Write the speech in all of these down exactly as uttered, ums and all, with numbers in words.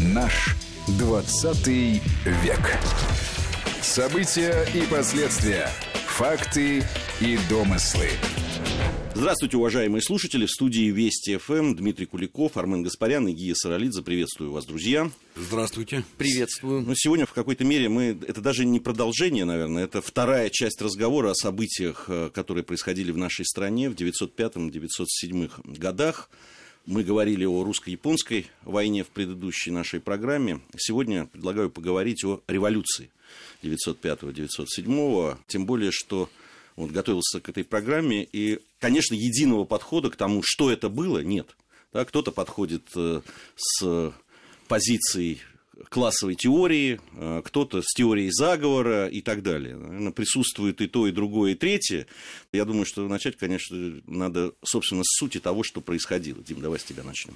Наш двадцатый век. События и последствия. Факты и домыслы. Здравствуйте, уважаемые слушатели. В студии Вести ФМ Дмитрий Куликов, Армен Гаспарян и Гия Саралидзе. Приветствую вас, друзья. Здравствуйте. Приветствую. Но сегодня в какой-то мере мы... Это даже не продолжение, наверное. Это вторая часть разговора о событиях, которые происходили в нашей стране в девятьсот пятом - девятьсот седьмом годах. Мы говорили о русско-японской войне в предыдущей нашей программе. Сегодня предлагаю поговорить о революции девятьсот пятого - девятьсот седьмого. Тем более, что вот готовился к этой программе, и, конечно, единого подхода к тому, что это было, нет. Да, кто-то подходит э, с позицией классовой теории, э, кто-то с теорией заговора и так далее. Наверное, присутствует и то, и другое, и третье. Я думаю, что начать, конечно, надо, собственно, с сути того, что происходило. Дим, давай с тебя начнем.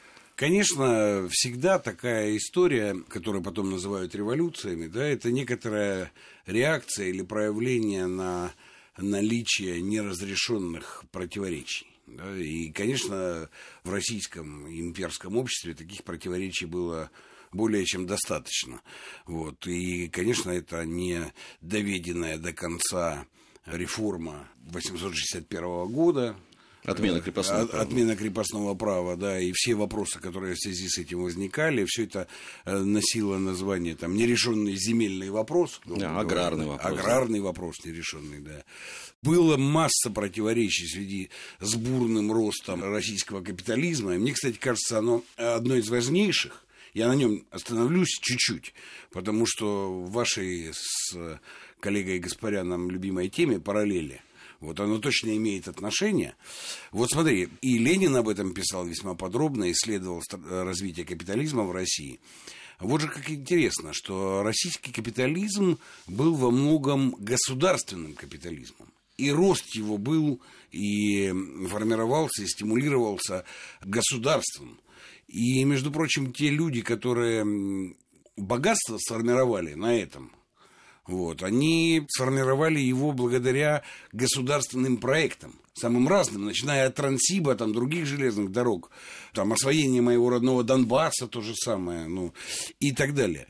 Конечно, всегда такая история, которую потом называют революциями, да, это некоторая реакция или проявление на наличие неразрешенных противоречий. Да, и, конечно, в российском имперском обществе таких противоречий было более чем достаточно. Вот. И, конечно, это не доведенная до конца реформа восемьсот шестьдесят первого года. Отмена крепостного права. Отмена крепостного права, да, и все вопросы, которые в связи с этим возникали, все это носило название там нерешенный земельный вопрос. Да, аграрный вопрос. Аграрный вопрос нерешенный, да. Было масса противоречий в связи с бурным ростом российского капитализма. И мне, кстати, кажется, оно одно из важнейших. Я на нем остановлюсь чуть-чуть, потому что в вашей с коллегой Гаспаряном любимой теме параллели. Вот оно точно имеет отношение. Вот смотри, и Ленин об этом писал весьма подробно, исследовал развитие капитализма в России. Вот же как интересно, что российский капитализм был во многом государственным капитализмом. И рост его был, и формировался, и стимулировался государством. И, между прочим, те люди, которые богатство сформировали на этом, вот, они сформировали его благодаря государственным проектам, самым разным, начиная от Транссиба, там, других железных дорог, там, освоение моего родного Донбасса, то же самое, ну, и так далее.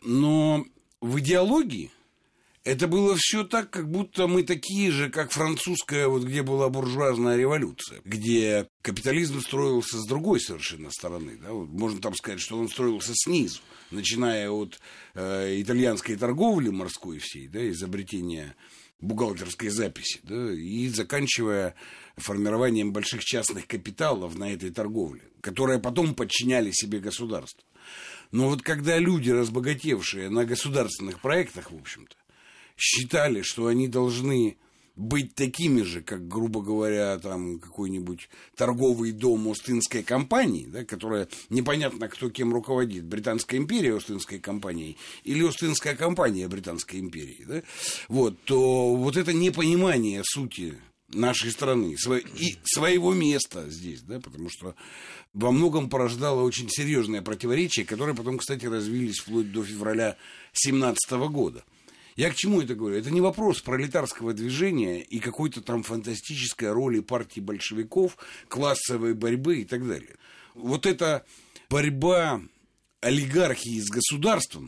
Но в идеологии это было все так, как будто мы такие же, как французская, вот где была буржуазная революция, где капитализм строился с другой совершенно стороны. Да? Вот можно там сказать, что он строился снизу, начиная от э, итальянской торговли морской всей, да, изобретения бухгалтерской записи, да, и заканчивая формированием больших частных капиталов на этой торговле, которые потом подчиняли себе государство. Но вот когда люди, разбогатевшие на государственных проектах, в общем-то, считали, что они должны быть такими же, как, грубо говоря, там какой-нибудь торговый дом Остинской компании, да, которая непонятно кто кем руководит, Британская империя Остинской компанией или Остинская компания Британской империи, да, вот, то вот это непонимание сути нашей страны и своего места здесь, да, потому что во многом порождало очень серьезное противоречие, которые потом, кстати, развились вплоть до февраля семнадцатого года. Я к чему это говорю? Это не вопрос пролетарского движения и какой-то там фантастической роли партии большевиков, классовой борьбы и так далее. Вот эта борьба олигархии с государством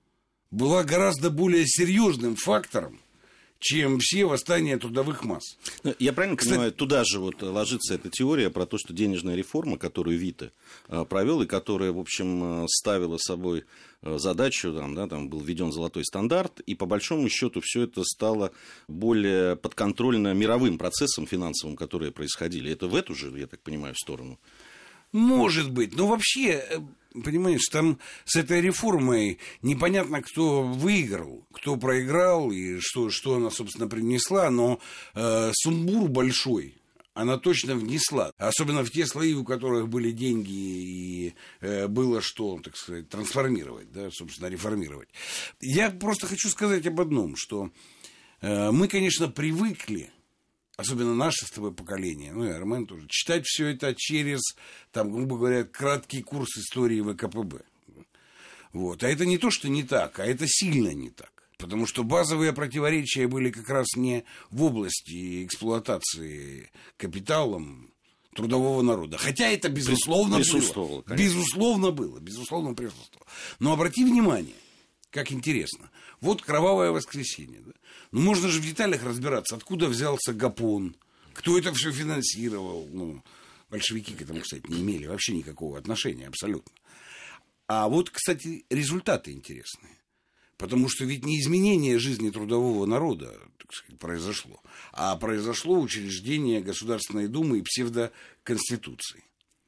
была гораздо более серьезным фактором, чем все восстания трудовых масс. Я правильно Кстати, понимаю, туда же вот ложится эта теория про то, что денежная реформа, которую Витте провел, и которая, в общем, ставила собой задачу, там, да, там был введен золотой стандарт, и по большому счету все это стало более подконтрольно мировым процессам финансовым, которые происходили. Это в эту же, я так понимаю, сторону? Может быть, но вообще, понимаешь, там с этой реформой непонятно, кто выиграл, кто проиграл и что, что она, собственно, принесла, но э, сумбур большой она точно внесла, особенно в те слои, у которых были деньги и э, было что, так сказать, трансформировать, да, собственно, реформировать. Я просто хочу сказать об одном, что э, мы, конечно, привыкли, особенно наше с тобой поколение, ну и Армен тоже, читать все это через, там, грубо говоря, краткий курс истории ВКПБ. Вот. А это не то, что не так, а это сильно не так. Потому что базовые противоречия были как раз не в области эксплуатации капиталом трудового народа. Хотя это безусловно присутствовало, было. Безусловно было, безусловно присутствовало. Но обрати внимание, как интересно. Вот кровавое воскресенье. Да? Ну, можно же в деталях разбираться, откуда взялся Гапон, кто это все финансировал. Ну, большевики к этому, кстати, не имели вообще никакого отношения, абсолютно. А вот, кстати, результаты интересные. Потому что ведь не изменение жизни трудового народа, так сказать, произошло, а произошло учреждение Государственной Думы и псевдоконституции.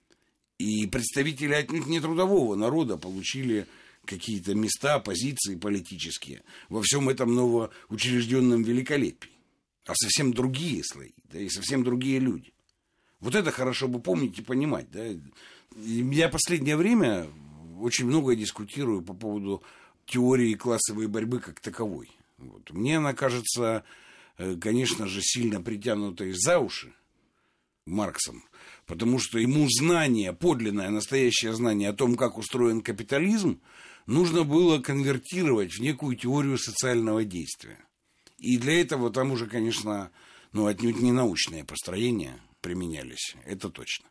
И представители отнюдь не трудового народа получили какие-то места, позиции политические во всем этом новоучрежденном великолепии. А совсем другие слои, да, и совсем другие люди. Вот это хорошо бы помнить и понимать. Да. Я в последнее время очень много дискутирую по поводу теории классовой борьбы как таковой. Вот. Мне она кажется, конечно же, сильно притянутой за уши Марксом, потому что ему знание, подлинное, настоящее знание о том, как устроен капитализм, нужно было конвертировать в некую теорию социального действия. И для этого там уже, конечно, ну, отнюдь не научные построения применялись, это точно.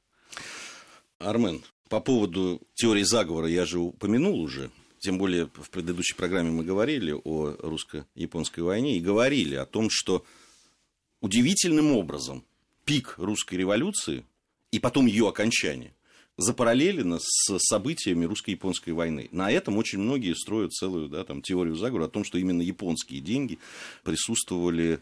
Армен, по поводу теории заговора я же упомянул уже. Тем более в предыдущей программе мы говорили о русско-японской войне и говорили о том, что удивительным образом пик русской революции и потом ее окончание запараллелено с событиями русско-японской войны. На этом очень многие строят целую, да, там, теорию заговора о том, что именно японские деньги присутствовали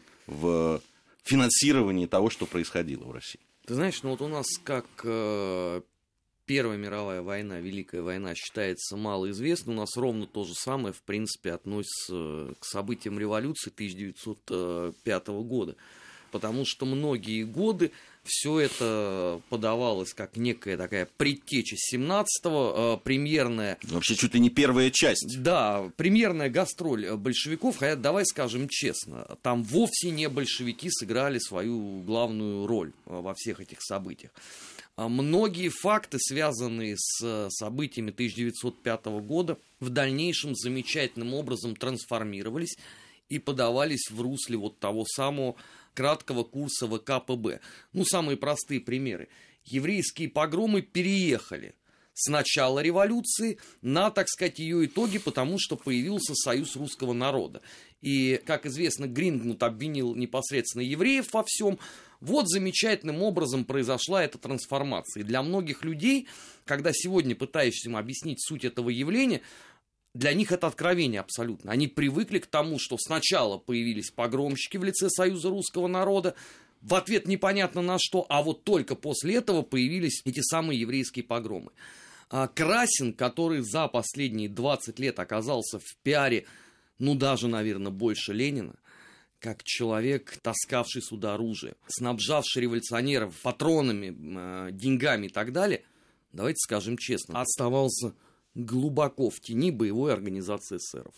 в финансировании того, что происходило в России. Ты знаешь, ну вот у нас как... Э... Первая мировая война, Великая война считается малоизвестной. У нас ровно то же самое, в принципе, относится к событиям революции тысяча девятьсот пятого года. Потому что многие годы все это подавалось как некая такая предтеча семнадцатого, премьерная... Вообще чуть ли не первая часть. Да, премьерная гастроль большевиков. Хотя, давай скажем честно, там вовсе не большевики сыграли свою главную роль во всех этих событиях. Многие факты, связанные с событиями тысяча девятьсот пятого года, в дальнейшем замечательным образом трансформировались и подавались в русле вот того самого краткого курса вэ ка пэ бэ. Ну, самые простые примеры. Еврейские погромы переехали с начала революции на, так сказать, ее итоги, потому что появился Союз русского народа. И, как известно, Грингмут обвинил непосредственно евреев во всем. Вот замечательным образом произошла эта трансформация. И для многих людей, когда сегодня пытаешься им объяснить суть этого явления, для них это откровение абсолютно. Они привыкли к тому, что сначала появились погромщики в лице Союза русского народа, в ответ непонятно на что, а вот только после этого появились эти самые еврейские погромы. Красин, который за последние двадцать лет оказался в пиаре, ну даже, наверное, больше Ленина, как человек, таскавший сюда оружие, снабжавший революционеров патронами, деньгами и так далее, давайте скажем честно, оставался глубоко в тени боевой организации эсеров.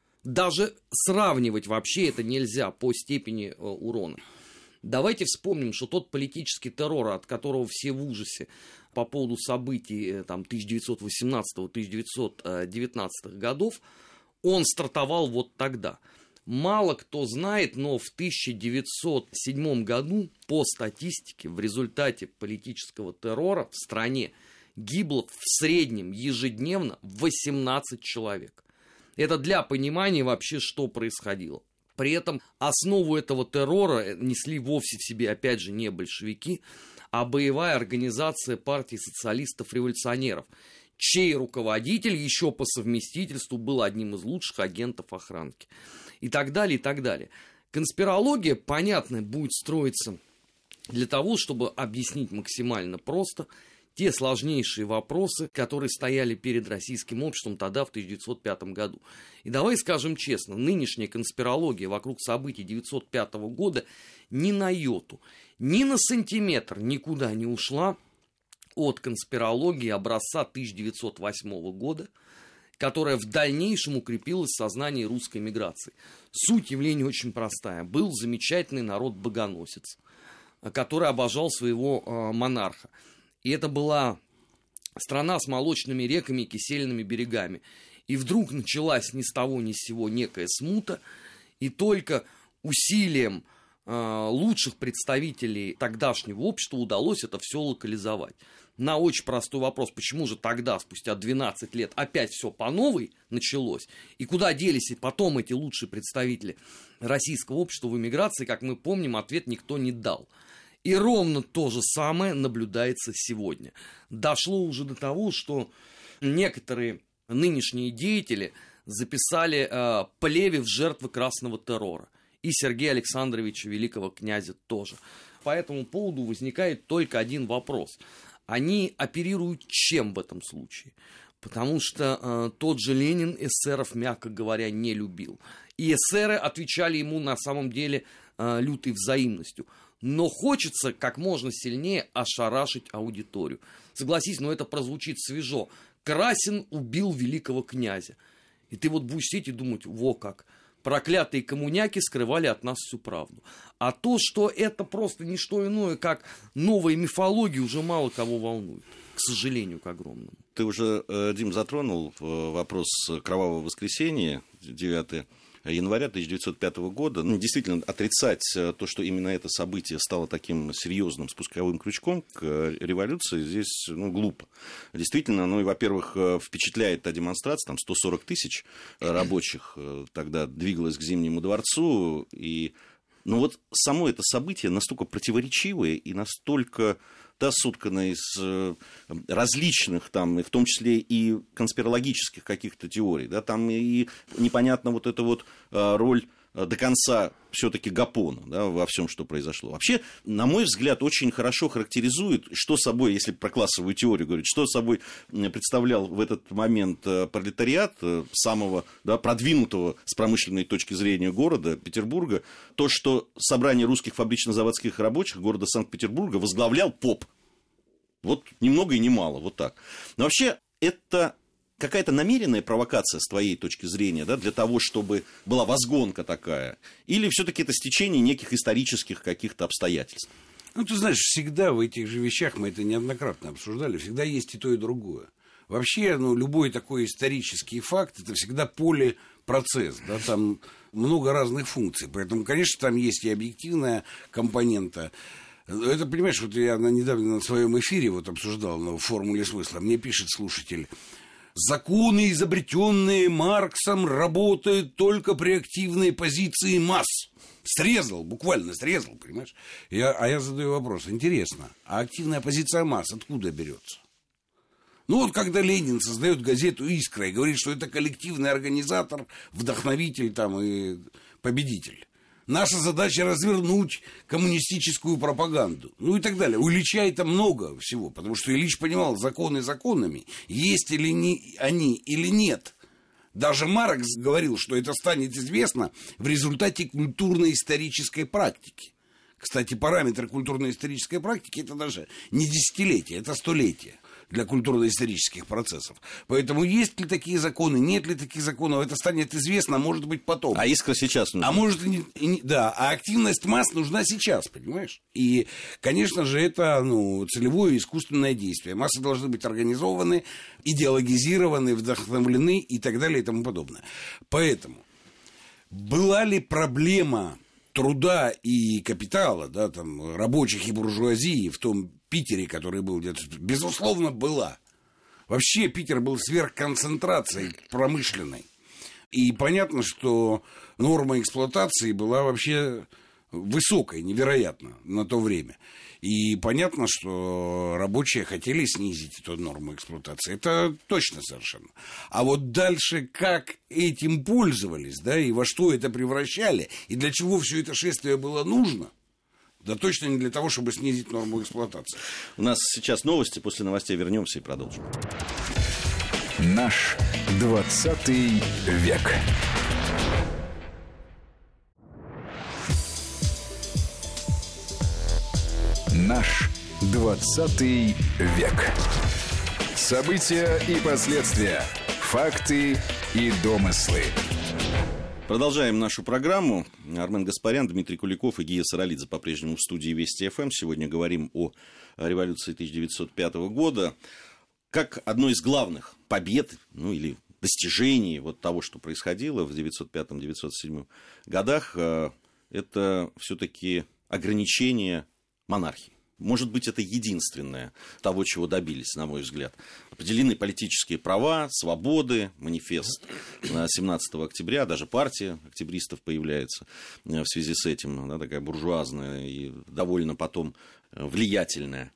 Даже сравнивать вообще это нельзя по степени урона. Давайте вспомним, что тот политический террор, от которого все в ужасе по поводу событий там, тысяча девятьсот восемнадцатого - тысяча девятьсот девятнадцатого годов, он стартовал вот тогда. Мало кто знает, но в тысяча девятьсот седьмом году по статистике в результате политического террора в стране гибло в среднем ежедневно восемнадцать человек. Это для понимания вообще, что происходило. При этом основу этого террора несли вовсе в себе, опять же, не большевики, а боевая организация партии социалистов-революционеров, чей руководитель еще по совместительству был одним из лучших агентов охранки. И так далее, и так далее. Конспирология, понятно, будет строиться для того, чтобы объяснить максимально просто те сложнейшие вопросы, которые стояли перед российским обществом тогда, в тысяча девятьсот пятом году. И давай скажем честно, нынешняя конспирология вокруг событий девятьсот пятого года ни на йоту, ни на сантиметр никуда не ушла от конспирологии образца тысяча девятьсот восьмого года, которая в дальнейшем укрепилась в сознании русской миграции. Суть явления очень простая. Был замечательный народ-богоносец, который обожал своего э, монарха. И это была страна с молочными реками и кисельными берегами. И вдруг началась ни с того ни с сего некая смута, и только усилием лучших представителей тогдашнего общества удалось это все локализовать. На очень простой вопрос, почему же тогда, спустя двенадцать лет, опять все по новой началось, и куда делись и потом эти лучшие представители российского общества в эмиграции, как мы помним, ответ никто не дал. И ровно то же самое наблюдается сегодня. Дошло уже до того, что некоторые нынешние деятели записали э, Плеве в жертвы красного террора. И Сергея Александровича Великого князя тоже. По этому поводу возникает только один вопрос. Они оперируют чем в этом случае? Потому что э, тот же Ленин эсеров, мягко говоря, не любил. И эсеры отвечали ему на самом деле э, лютой взаимностью. Но хочется как можно сильнее ошарашить аудиторию. Согласись, но это прозвучит свежо. Красин убил великого князя. И ты вот будешь сидеть и думать, во как. Проклятые коммуняки скрывали от нас всю правду. А то, что это просто не что иное, как новая мифология, уже мало кого волнует. К сожалению, к огромному. Ты уже, Дим, затронул вопрос кровавого воскресенья, девятого января тысяча девятьсот пятого года. Ну, действительно, отрицать то, что именно это событие стало таким серьезным спусковым крючком к революции, здесь, ну, глупо. Действительно, ну, и, во-первых, впечатляет та демонстрация, там сто сорок тысяч рабочих тогда двигалось к Зимнему дворцу, и, ну, вот само это событие настолько противоречивое и настолько... да, соткана из э, различных, там, в том числе и конспирологических каких-то теорий. Да, там и непонятна вот эта вот э, роль э, до конца все-таки Гапона, да, во всем, что произошло. Вообще, на мой взгляд, очень хорошо характеризует, что собой, если про классовую теорию говорить, что собой представлял в этот момент пролетариат самого, да, продвинутого с промышленной точки зрения города Петербурга, то, что собрание русских фабрично-заводских рабочих города Санкт-Петербурга возглавлял поп. Вот ни много и ни мало, вот так. Но вообще, это... какая-то намеренная провокация с твоей точки зрения, да, для того, чтобы была возгонка такая? Или все-таки это стечение неких исторических каких-то обстоятельств? Ну, ты знаешь, всегда в этих же вещах, мы это неоднократно обсуждали, всегда есть и то, и другое. Вообще, ну, любой такой исторический факт, это всегда поле-процесс, да, там много разных функций. Поэтому, конечно, там есть и объективная компонента. Это, понимаешь, вот я недавно на своем эфире вот обсуждал на формуле смысла. Мне пишет слушатель: законы, изобретенные Марксом, работают только при активной позиции масс. Срезал, буквально срезал, понимаешь? Я, а я задаю вопрос. Интересно, а активная позиция масс откуда берется? Ну вот когда Ленин создает газету «Искра» и говорит, что это коллективный организатор, вдохновитель там и победитель. Наша задача развернуть коммунистическую пропаганду. Ну и так далее. У Ильича это много всего, потому что Ильич понимал, законы законами, есть ли не они или нет. Даже Маркс говорил, что это станет известно в результате культурно-исторической практики. Кстати, параметры культурно-исторической практики это даже не десятилетия, это столетия для культурно-исторических процессов. Поэтому есть ли такие законы, нет ли таких законов, это станет известно, может быть, потом. А искра сейчас нужна. А может, и не, и не, да, а активность масс нужна сейчас, понимаешь? И, конечно же, это, ну, целевое искусственное действие. Массы должны быть организованы, идеологизированы, вдохновлены и так далее и тому подобное. Поэтому была ли проблема труда и капитала, да, там, рабочих и буржуазии в том Питере, который был где-то, безусловно, была. Вообще Питер был сверхконцентрацией промышленной. И понятно, что норма эксплуатации была вообще высокой, невероятно, на то время. И понятно, что рабочие хотели снизить эту норму эксплуатации. Это точно совершенно. А вот дальше как этим пользовались, да, и во что это превращали, и для чего все это шествие было нужно, да точно не для того, чтобы снизить норму эксплуатации. У нас сейчас новости, после новостей вернемся и продолжим. Наш двадцатый век. Наш двадцатый век. События и последствия. Факты и домыслы. Продолжаем нашу программу. Армен Гаспарян, Дмитрий Куликов и Гия Саралидзе по-прежнему в студии Вести ФМ. Сегодня говорим о революции тысяча девятьсот пятого года. Как одной из главных побед, ну или достижений вот того, что происходило в девятьсот пятом — девятьсот седьмом годах, это все-таки ограничение монархии. Может быть, это единственное того, чего добились, на мой взгляд. Определены политические права, свободы, манифест семнадцатого октября, даже партия октябристов появляется в связи с этим, она такая буржуазная и довольно потом влиятельная.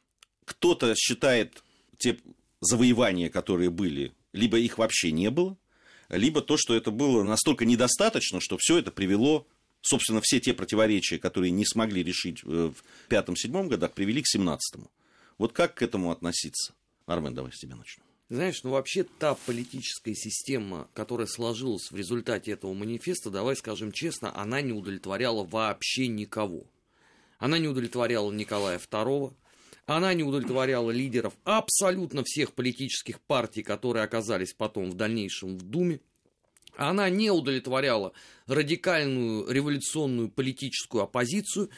Кто-то считает те завоевания, которые были, либо их вообще не было, либо то, что это было настолько недостаточно, что все это привело... Собственно, все те противоречия, которые не смогли решить в пятом-седьмом годах, привели к семнадцатому. Вот как к этому относиться? Армен, давай с тебя начну. Знаешь, ну вообще та политическая система, которая сложилась в результате этого манифеста, давай скажем честно, она не удовлетворяла вообще никого. Она не удовлетворяла Николая второго, она не удовлетворяла лидеров абсолютно всех политических партий, которые оказались потом в дальнейшем в Думе. Она не удовлетворяла радикальную революционную политическую оппозицию.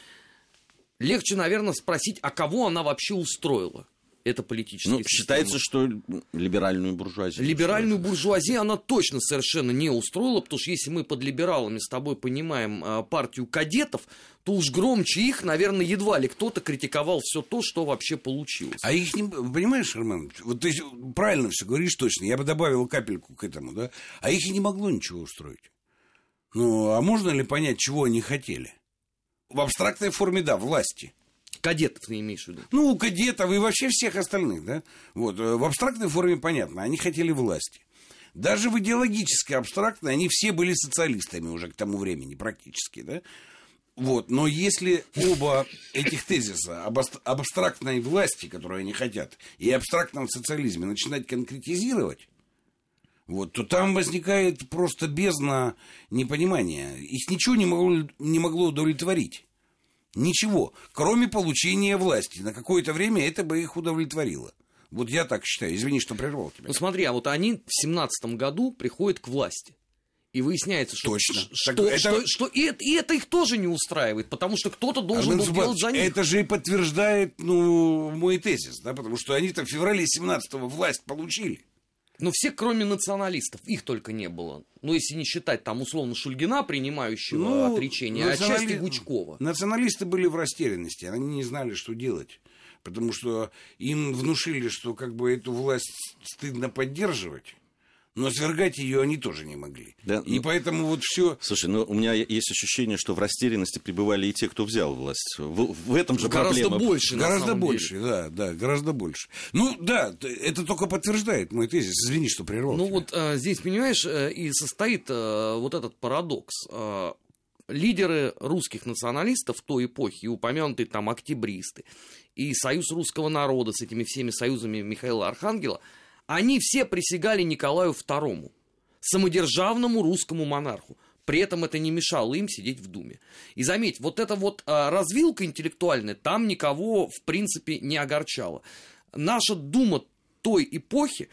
Легче, наверное, спросить, а кого она вообще устроила, эта политическая ну, система. Считается, что либеральную буржуазию. Либеральную буржуазию она точно совершенно не устроила, потому что если мы под либералами с тобой понимаем а, партию кадетов, то уж громче их, наверное, едва ли кто-то критиковал все то, что вообще получилось. А их не... Понимаешь, Армен, вот ты правильно все говоришь точно, я бы добавил капельку к этому, да? А их и не могло ничего устроить. Ну, а можно ли понять, чего они хотели? В абстрактной форме, да, власти. Кадетов ты имеешь в виду? Ну, кадетов и вообще всех остальных, да? Вот, в абстрактной форме понятно, они хотели власти. Даже в идеологической абстрактной они все были социалистами уже к тому времени практически, да? Вот, но если оба этих тезиса об, об абстрактной власти, которую они хотят, и абстрактном социализме начинать конкретизировать, вот, то там возникает просто бездна непонимания. Их ничего не могло, не могло удовлетворить. Ничего, кроме получения власти. На какое-то время это бы их удовлетворило. Вот я так считаю. Извини, что прервал тебя. Ну смотри, а вот они в семнадцатом году приходят к власти. И выясняется, что, Точно. что, Так это... что, что и, это, и это их тоже не устраивает, потому что кто-то должен Армен был делать за них. Это же и подтверждает, ну, мой тезис, да, потому что они-то в феврале семнадцатого власть получили. Но все, кроме националистов, их только не было. Ну, если не считать там условно Шульгина, принимающего ну, отречение, национали... а части Гучкова. Националисты были в растерянности, они не знали, что делать. Потому что им внушили, что как бы эту власть стыдно поддерживать, но свергать ее они тоже не могли. Да, и ну, поэтому вот все. Слушай, ну у меня есть ощущение, что в растерянности пребывали и те, кто взял власть. В, в этом же гораздо проблема. Больше, гораздо больше, деле. да, да, гораздо больше. Ну да, это только подтверждает мой тезис. Извини, что прервал. Ну тебя. вот а, здесь, понимаешь, и состоит а, вот этот парадокс. А, лидеры русских националистов той эпохи, и упомянутые там октябристы, и Союз русского народа с этими всеми союзами Михаила Архангела, они все присягали Николаю второму, самодержавному русскому монарху. При этом это не мешало им сидеть в Думе. И заметь, вот эта вот а, развилка интеллектуальная там никого, в принципе, не огорчала. Наша Дума той эпохи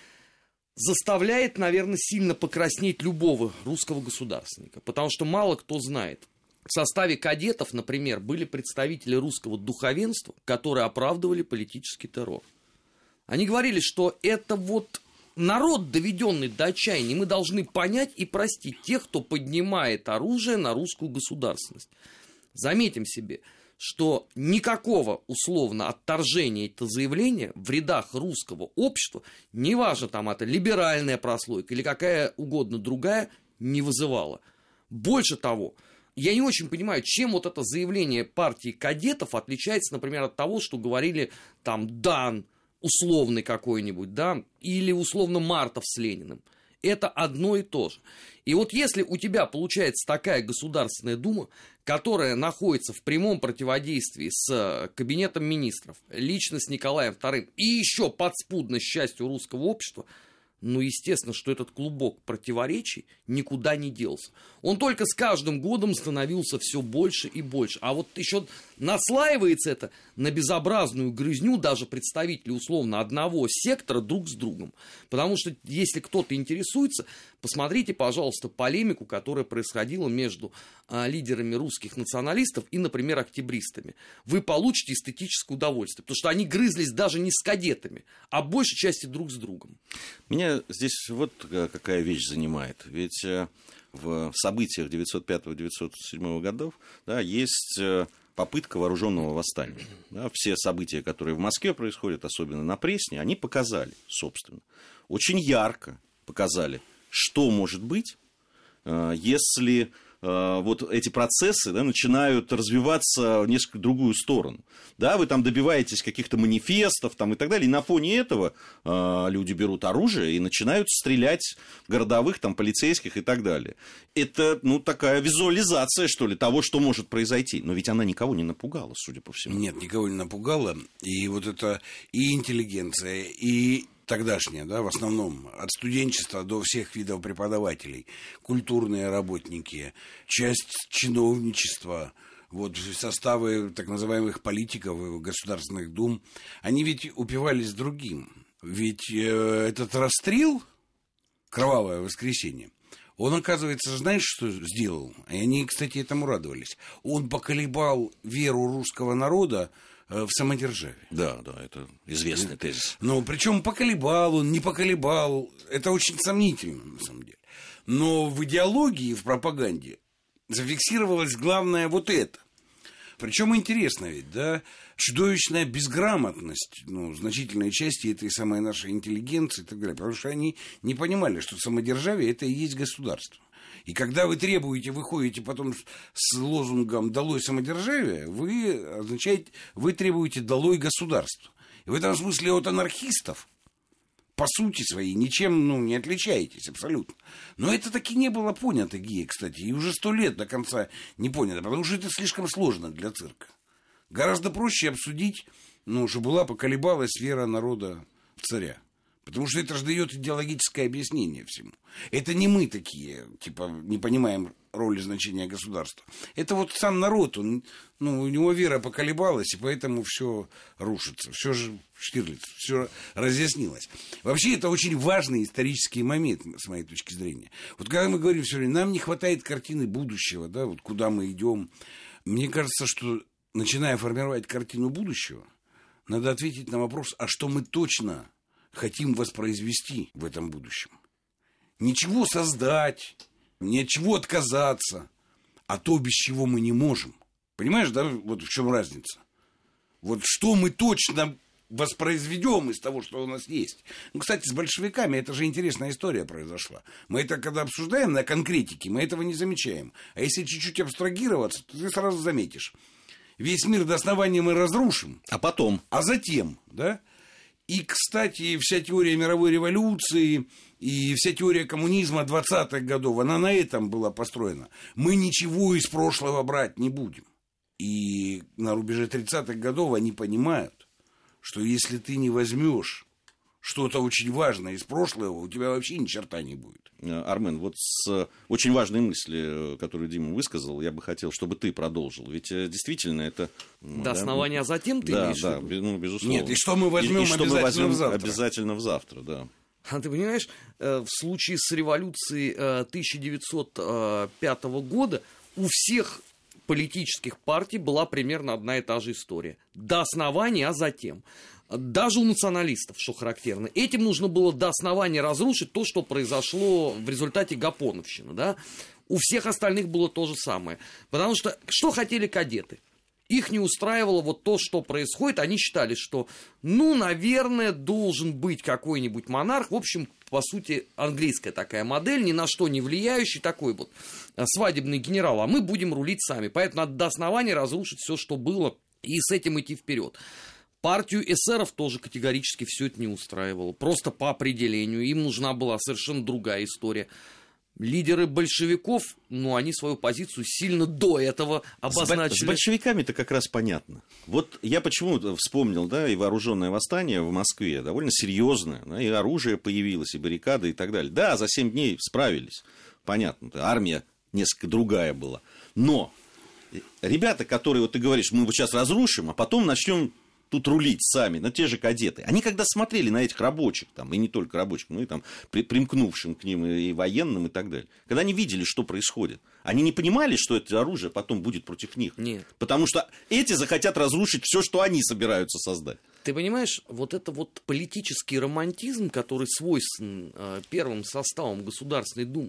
заставляет, наверное, сильно покраснеть любого русского государственника. Потому что мало кто знает. В составе кадетов, например, были представители русского духовенства, которые оправдывали политический террор. Они говорили, что это вот народ, доведенный до отчаяния, мы должны понять и простить тех, кто поднимает оружие на русскую государственность. Заметим себе, что никакого условно отторжения этого заявления в рядах русского общества, неважно там это либеральная прослойка или какая угодно другая, не вызывало. Больше того, я не очень понимаю, чем вот это заявление партии кадетов отличается, например, от того, что говорили там Дан, условный какой-нибудь, да, или условно Мартов с Лениным. Это одно и то же. И вот если у тебя получается такая Государственная Дума, которая находится в прямом противодействии с Кабинетом министров, лично с Николаем вторым, и еще подспудно с частью русского общества, ну, естественно, что этот клубок противоречий никуда не делся. Он только с каждым годом становился все больше и больше. А вот еще наслаивается это на безобразную грызню даже представителей условно одного сектора друг с другом. Потому что, если кто-то интересуется, посмотрите, пожалуйста, полемику, которая происходила между а, лидерами русских националистов и, например, октябристами. Вы получите эстетическое удовольствие, потому что они грызлись даже не с кадетами, а большей части друг с другом. Меня здесь вот какая вещь занимает. Ведь в событиях девятьсот пятого — девятьсот седьмого годов, да, есть попытка вооруженного восстания. Да, все события, которые в Москве происходят, особенно на Пресне, они показали, собственно, очень ярко показали, что может быть, если вот эти процессы, да, начинают развиваться в несколько другую сторону. Да, вы там добиваетесь каких-то манифестов там, и так далее, и на фоне этого э, люди берут оружие и начинают стрелять городовых, там, полицейских и так далее. Это, ну, такая визуализация, что ли, того, что может произойти. Но ведь она никого не напугала, судя по всему. Нет, никого не напугала. И вот это и интеллигенция, и тогдашняя, да, в основном, от студенчества до всех видов преподавателей, культурные работники, часть чиновничества, вот составы так называемых политиков, государственных дум, они ведь упивались другим. Ведь э, этот расстрел, кровавое воскресенье, он, оказывается, знаешь, что сделал? И они, кстати, этому радовались. Он поколебал веру русского народа в самодержавие. Да, да, это известный тезис. Ну, причем поколебал он, не поколебал. Это очень сомнительно, на самом деле. Но в идеологии, в пропаганде зафиксировалось главное вот это. Причем интересно ведь, да, чудовищная безграмотность, ну, значительной части этой самой нашей интеллигенции и так далее. Потому что они не понимали, что самодержавие – это и есть государство. И когда вы требуете, вы ходите потом с лозунгом «долой самодержавие», вы, означаете, вы требуете «долой государство». И в этом смысле от анархистов, по сути своей, ничем, ну, не отличаетесь абсолютно. Но это таки не было понято, Гия, кстати, и уже сто лет до конца не понято, потому что это слишком сложно для цирка. Гораздо проще обсудить, ну, что была, поколебалась вера народа в царя. Потому что это же дает идеологическое объяснение всему. Это не мы такие, типа, не понимаем роли значения государства. Это вот сам народ, он, ну, у него вера поколебалась, и поэтому все рушится. Все же, Штирлиц, все разъяснилось. Вообще, это очень важный исторический момент, с моей точки зрения. Вот когда мы говорим все время, нам не хватает картины будущего, да, вот куда мы идем. Мне кажется, что, начиная формировать картину будущего, надо ответить на вопрос, а что мы точно хотим воспроизвести в этом будущем. Ничего создать, ни от чего отказаться, а то, без чего мы не можем. Понимаешь, да, вот в чем разница? Вот что мы точно воспроизведем из того, что у нас есть. Ну, кстати, с большевиками это же интересная история произошла. Мы это, когда обсуждаем на конкретике, мы этого не замечаем. А если чуть-чуть абстрагироваться, то ты сразу заметишь. Весь мир до основания мы разрушим. А потом? А затем, да? И, кстати, вся теория мировой революции и вся теория коммунизма двадцатых годов, она на этом была построена. Мы ничего из прошлого брать не будем. И на рубеже тридцатых годов они понимают, что если ты не возьмешь что-то очень важное из прошлого, у тебя вообще ни черта не будет. Армен, вот с очень важной мысли, которую Дима высказал, я бы хотел, чтобы ты продолжил. Ведь действительно это... До да, основания, а затем ты да, имеешь да, в виду? Ну, безусловно. Нет, и что мы возьмем, и, и что обязательно, мы возьмем завтра. обязательно в завтра, да. А ты понимаешь, в случае с революцией тысяча девятьсот пятого года у всех политических партий была примерно одна и та же история. До основания, а затем. Даже у националистов, что характерно. Этим нужно было до основания разрушить то, что произошло в результате Гапоновщины. Да? У всех остальных было то же самое. Потому что что хотели кадеты? Их не устраивало вот то, что происходит. Они считали, что, ну, наверное, должен быть какой-нибудь монарх. В общем, по сути, английская такая модель, ни на что не влияющий, такой вот свадебный генерал. А мы будем рулить сами. Поэтому надо до основания разрушить все, что было, и с этим идти вперед. Партию эсеров тоже категорически все это не устраивало. Просто по определению. Им нужна была совершенно другая история. Лидеры большевиков, ну, они свою позицию сильно до этого обозначили. С большевиками-то как раз понятно. Вот я почему вспомнил, да, и вооруженное восстание в Москве, довольно серьезное, да, и оружие появилось, и баррикады, и так далее. Да, за семь дней справились, понятно, армия несколько другая была. Но ребята, которые, вот ты говоришь, мы вот сейчас разрушим, а потом начнем тут рулить сами, на те же кадеты. Они когда смотрели на этих рабочих, там, и не только рабочих, но и там, при, примкнувшим к ним и военным и так далее, когда они видели, что происходит, они не понимали, что это оружие потом будет против них. Нет. Потому что эти захотят разрушить все, что они собираются создать. Ты понимаешь, вот это вот политический романтизм, который свойственен э, первым составом Государственной Думы,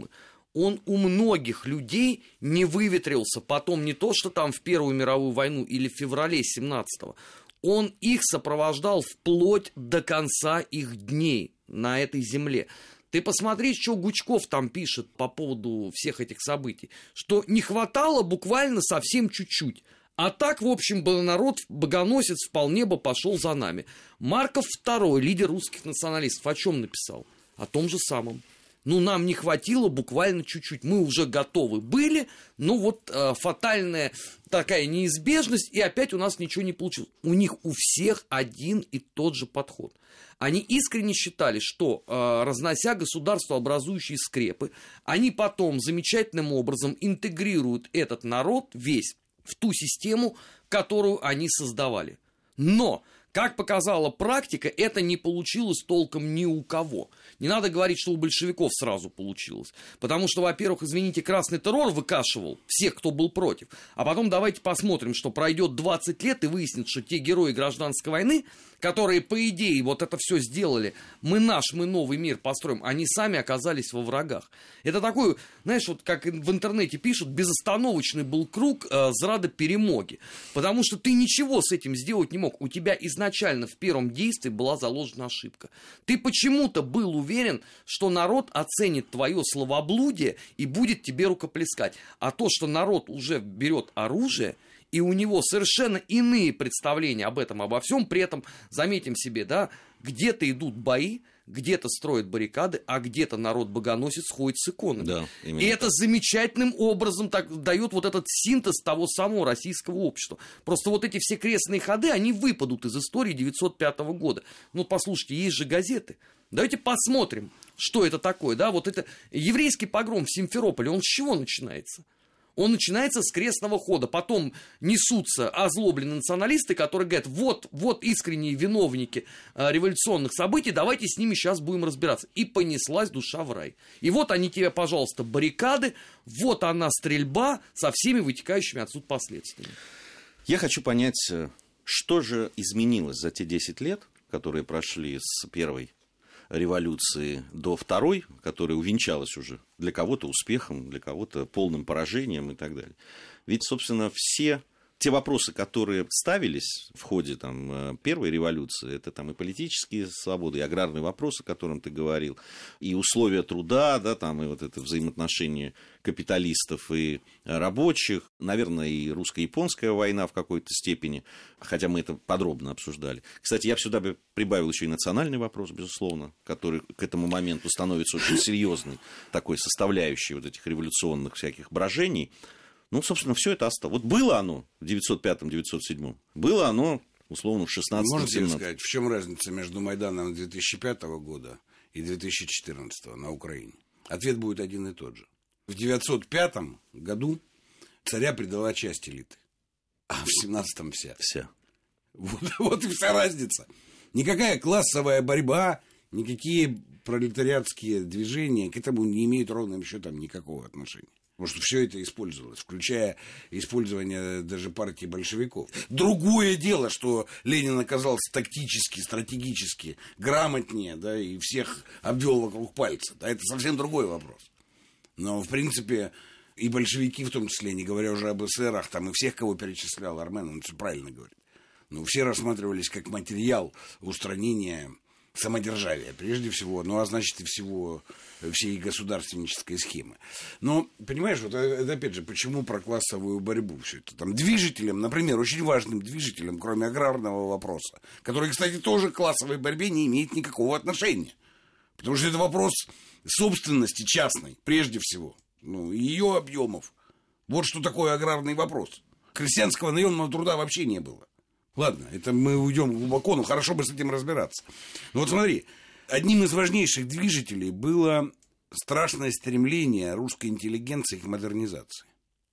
он у многих людей не выветрился потом не то, что там в Первую мировую войну или в феврале семнадцатого. Он их сопровождал вплоть до конца их дней на этой земле. Ты посмотри, что Гучков там пишет по поводу всех этих событий. Что не хватало буквально совсем чуть-чуть. А так, в общем, народ, богоносец вполне бы пошел за нами. Марков второй, лидер русских националистов, о чем написал? О том же самом. Ну, нам не хватило буквально чуть-чуть. Мы уже готовы были, но вот э, фатальная такая неизбежность, и опять у нас ничего не получилось. У них у всех один и тот же подход. Они искренне считали, что, э, разнося государствообразующие скрепы, они потом замечательным образом интегрируют этот народ весь в ту систему, которую они создавали. Но, как показала практика, это не получилось толком ни у кого. Не надо говорить, что у большевиков сразу получилось. Потому что, во-первых, извините, красный террор выкашивал всех, кто был против. А потом давайте посмотрим, что пройдет двадцать лет и выяснится, что те герои гражданской войны, которые, по идее, вот это все сделали, мы наш, мы новый мир построим, они сами оказались во врагах. Это такой, знаешь, вот как в интернете пишут, безостановочный был круг э, зрада перемоги. Потому что ты ничего с этим сделать не мог. У тебя изначально в первом действии была заложена ошибка. Ты почему-то был уверен, что народ оценит твое словоблудие и будет тебе рукоплескать. А то, что народ уже берет оружие, и у него совершенно иные представления об этом, обо всем, при этом, заметим себе, да, где-то идут бои, где-то строят баррикады, а где-то народ-богоносец ходит с иконами. Да, и это так. Замечательным образом так, дает вот этот синтез того самого российского общества. Просто вот эти все крестные ходы, они выпадут из истории девятьсот пятого года. Ну, послушайте, есть же газеты. Давайте посмотрим, что это такое. Да? Вот это еврейский погром в Симферополе, он с чего начинается? Он начинается с крестного хода. Потом несутся озлобленные националисты, которые говорят, вот, вот искренние виновники э, революционных событий, давайте с ними сейчас будем разбираться. И понеслась душа в рай. И вот они тебе, пожалуйста, баррикады, вот она стрельба со всеми вытекающими отсюда последствиями. Я хочу понять, что же изменилось за те десять лет, которые прошли с первой революции до второй, которая увенчалась уже для кого-то успехом, для кого-то полным поражением и так далее. Ведь, собственно, все те вопросы, которые ставились в ходе там, первой революции, это там, и политические свободы, и аграрные вопросы, о которых ты говорил, и условия труда, да, там, и вот это взаимоотношение капиталистов и рабочих, наверное, и русско-японская война в какой-то степени, хотя мы это подробно обсуждали. Кстати, я бы сюда бы прибавил еще и национальный вопрос, безусловно, который к этому моменту становится очень серьезной такой составляющей вот этих революционных всяких брожений. Ну, собственно, все это осталось. Вот было оно в девятьсот пятом — девятьсот седьмом, было оно, условно, в шестнадцатом — семнадцатом. Можете сказать, в чем разница между Майданом две тысячи пятого года и две тысячи четырнадцатого на Украине? Ответ будет один и тот же. В девятьсот пятом году царя предала часть элиты, а в семнадцатом вся. Вся. Вот, вот и вся разница. Никакая классовая борьба, никакие пролетариатские движения к этому не имеют ровным счетом никакого отношения. Потому что все это использовалось, включая использование даже партии большевиков. Другое дело, что Ленин оказался тактически, стратегически грамотнее, да, и всех обвел вокруг пальца. Да, это совсем другой вопрос. Но, в принципе, и большевики, в том числе, не говоря уже об эсерах, там и всех, кого перечислял Армен, он все правильно говорит. Но все рассматривались как материал устранения самодержавия, прежде всего, ну, а значит, и всего, всей государственнической схемы. Но, понимаешь, вот это, опять же, почему про классовую борьбу все это? Там движителем, например, очень важным движителем, кроме аграрного вопроса, который, кстати, тоже к классовой борьбе не имеет никакого отношения. Потому что это вопрос собственности частной, прежде всего, ну, ее объемов. Вот что такое аграрный вопрос. Крестьянского наемного труда вообще не было. Ладно, это мы уйдем глубоко, но хорошо бы с этим разбираться. Но вот смотри, одним из важнейших движителей было страшное стремление русской интеллигенции к модернизации.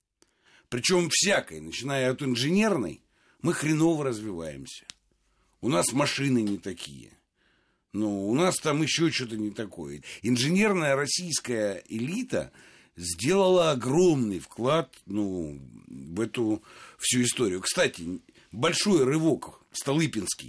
Причем всякой, начиная от инженерной, мы хреново развиваемся. У нас машины не такие. Ну, у нас там еще что-то не такое. Инженерная российская элита сделала огромный вклад, ну, в эту всю историю. Кстати, большой рывок Столыпинский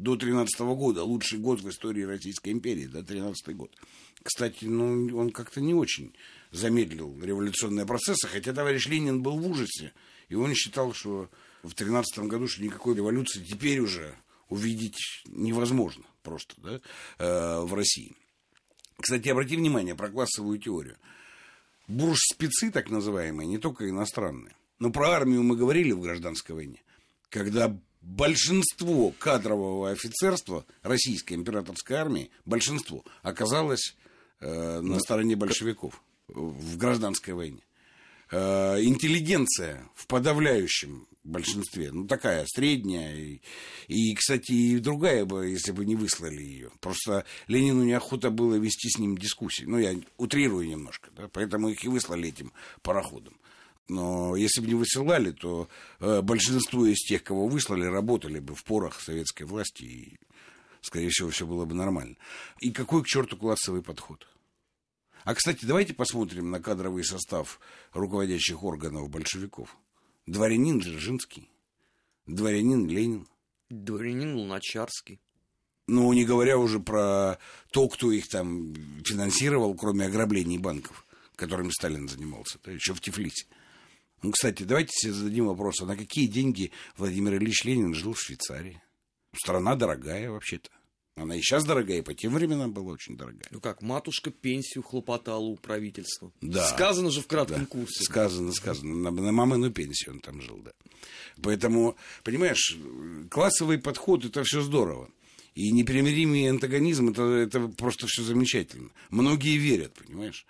до тринадцатого года, лучший год в истории Российской империи, да, тринадцатый год. Кстати, ну, он как-то не очень замедлил революционные процессы, хотя товарищ Ленин был в ужасе, и он считал, что в тринадцатом году, что никакой революции теперь уже увидеть невозможно просто, да, э, в России. Кстати, обрати внимание про классовую теорию. Буржспецы, так называемые, не только иностранные, но про армию мы говорили в гражданской войне, когда большинство кадрового офицерства российской императорской армии, большинство, оказалось э, на стороне большевиков в гражданской войне. Э, интеллигенция в подавляющем большинстве, ну, такая средняя, и, и, кстати, и другая бы, если бы не выслали ее. Просто Ленину неохота было вести с ним дискуссии. Ну, я утрирую немножко, да, поэтому их и выслали этим пароходом. Но если бы не высылали, то э, большинство из тех, кого выслали, работали бы в порах советской власти, и, скорее всего, все было бы нормально. И какой к черту классовый подход? А, кстати, давайте посмотрим на кадровый состав руководящих органов большевиков. Дворянин Дзержинский, дворянин Ленин. Дворянин Луначарский. Ну, не говоря уже про то, кто их там финансировал, кроме ограблений банков, которыми Сталин занимался, да, еще в Тифлисе. Ну, кстати, давайте себе зададим вопрос, а на какие деньги Владимир Ильич Ленин жил в Швейцарии? Страна дорогая вообще-то. Она и сейчас дорогая, и по тем временам была очень дорогая. Ну как, матушка пенсию хлопотала у правительства. Да. Сказано же в кратком да. курсе. Сказано, сказано. На, на мамину пенсию он там жил, да. Поэтому, понимаешь, классовый подход – это все здорово. И непримиримый антагонизм – это, это просто все замечательно. Многие верят, понимаешь.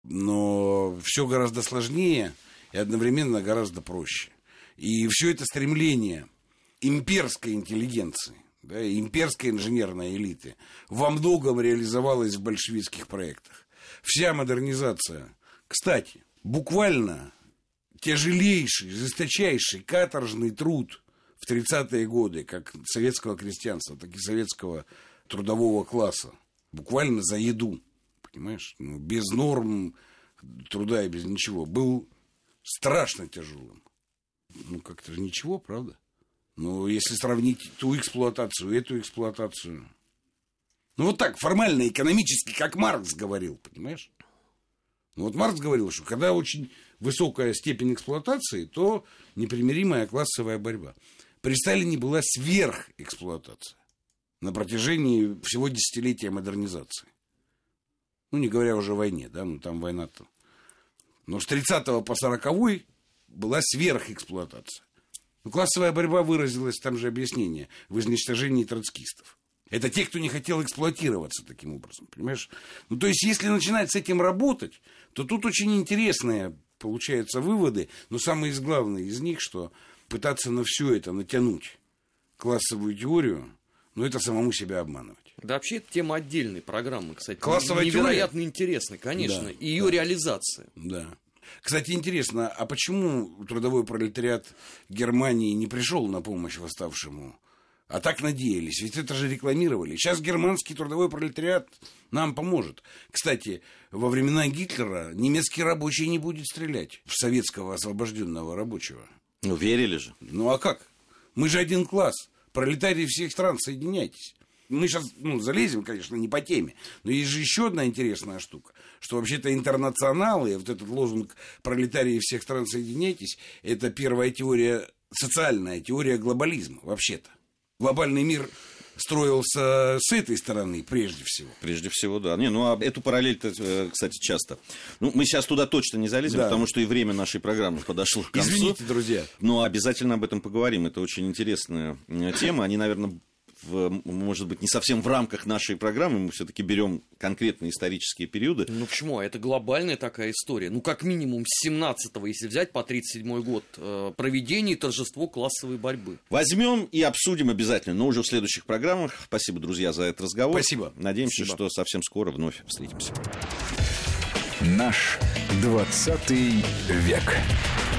Но все гораздо сложнее и одновременно гораздо проще. И все это стремление имперской интеллигенции, да, имперской инженерной элиты во многом реализовалась в большевистских проектах. Вся модернизация, кстати, буквально тяжелейший, жесточайший каторжный труд в тридцатые годы, как советского крестьянства, так и советского трудового класса, буквально за еду, понимаешь, ну, без норм труда и без ничего, был страшно тяжелым. Ну, как-то же ничего, правда? Ну, если сравнить ту эксплуатацию, эту эксплуатацию. Ну, вот так, формально, экономически, как Маркс говорил, понимаешь? Ну, вот Маркс говорил, что когда очень высокая степень эксплуатации, то непримиримая классовая борьба. При Сталине была сверхэксплуатация на протяжении всего десятилетия модернизации. Ну, не говоря уже о войне, да, ну, там война-то. Но с тридцатого по сороковой была сверхэксплуатация. Но классовая борьба выразилась, там же объяснение, в изничтожении троцкистов. Это те, кто не хотел эксплуатироваться таким образом, понимаешь? Ну, то есть, если начинать с этим работать, то тут очень интересные получаются выводы, но самое главное из них, что пытаться на все это натянуть классовую теорию, ну, это самому себя обманывать. Да, вообще, это тема отдельной программы, кстати. Классовая невероятно теория? интересная, конечно, Да, и ее да. реализация. Да. Кстати, интересно, а почему трудовой пролетариат Германии не пришел на помощь восставшему? А так надеялись, ведь это же рекламировали. Сейчас германский трудовой пролетариат нам поможет. Кстати, во времена Гитлера немецкий рабочий не будет стрелять в советского освобожденного рабочего. Ну, верили же. Ну, а как? Мы же один класс. Пролетарии всех стран, соединяйтесь. Мы сейчас, ну, залезем, конечно, не по теме, но есть же еще одна интересная штука, что вообще-то интернационалы, вот этот лозунг «пролетарии всех стран, соединяйтесь», это первая теория, социальная теория глобализма, вообще-то. Глобальный мир строился с этой стороны, прежде всего. Прежде всего, да. Не, ну, а эту параллель-то, кстати, часто. Ну, мы сейчас туда точно не залезем, да. Потому что и время нашей программы подошло к концу. Извините, друзья. Но обязательно об этом поговорим. Это очень интересная тема. Они, наверное, в, может быть, не совсем в рамках нашей программы. Мы все-таки берем конкретные исторические периоды. Ну, почему? Это глобальная такая история. Ну, как минимум, с семнадцатого, если взять, по тридцать седьмой год, э, проведение и торжество классовой борьбы. Возьмем и обсудим обязательно, но уже в следующих программах. Спасибо, друзья, за этот разговор. Спасибо. Надеемся, Спасибо. что совсем скоро вновь встретимся. Наш двадцатый век.